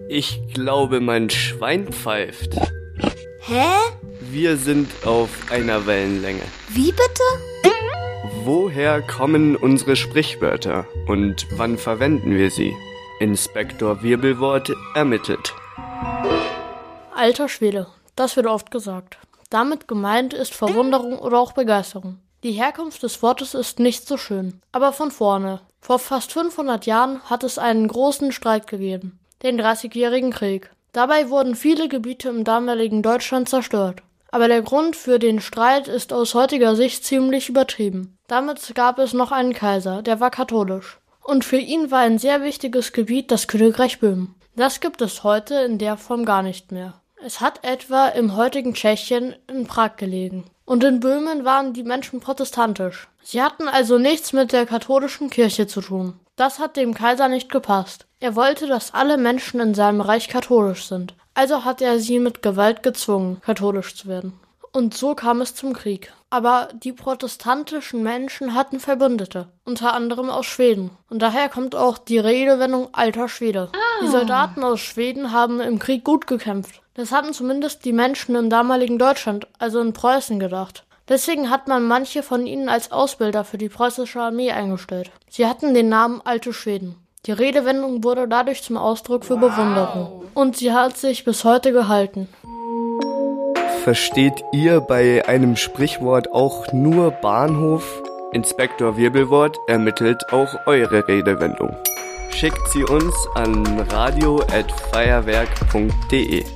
Ich glaube, mein Schwein pfeift. Hä? Wir sind auf einer Wellenlänge. Wie bitte? Woher kommen unsere Sprichwörter und wann verwenden wir sie? Inspektor Wirbelwort ermittelt. Alter Schwede, das wird oft gesagt. Damit gemeint ist Verwunderung oder auch Begeisterung. Die Herkunft des Wortes ist nicht so schön. Aber von vorne. Vor fast 500 Jahren hat es einen großen Streit gegeben. Den 30-jährigen Krieg. Dabei wurden viele Gebiete im damaligen Deutschland zerstört. Aber der Grund für den Streit ist aus heutiger Sicht ziemlich übertrieben. Damit gab es noch einen Kaiser, der war katholisch. Und für ihn war ein sehr wichtiges Gebiet das Königreich Böhmen. Das gibt es heute in der Form gar nicht mehr. Es hat etwa im heutigen Tschechien in Prag gelegen. Und in Böhmen waren die Menschen protestantisch. Sie hatten also nichts mit der katholischen Kirche zu tun. Das hat dem Kaiser nicht gepasst. Er wollte, dass alle Menschen in seinem Reich katholisch sind. Also hat er sie mit Gewalt gezwungen, katholisch zu werden. Und so kam es zum Krieg. Aber die protestantischen Menschen hatten Verbündete, unter anderem aus Schweden. Und daher kommt auch die Redewendung Alter Schwede. Die Soldaten aus Schweden haben im Krieg gut gekämpft. Das hatten zumindest die Menschen im damaligen Deutschland, also in Preußen, gedacht. Deswegen hat man manche von ihnen als Ausbilder für die preußische Armee eingestellt. Sie hatten den Namen Alte Schweden. Die Redewendung wurde dadurch zum Ausdruck für Bewunderung. Und sie hat sich bis heute gehalten. Versteht ihr bei einem Sprichwort auch nur Bahnhof? Inspektor Wirbelwort ermittelt auch eure Redewendung. Schickt sie uns an radio@feuerwerk.de.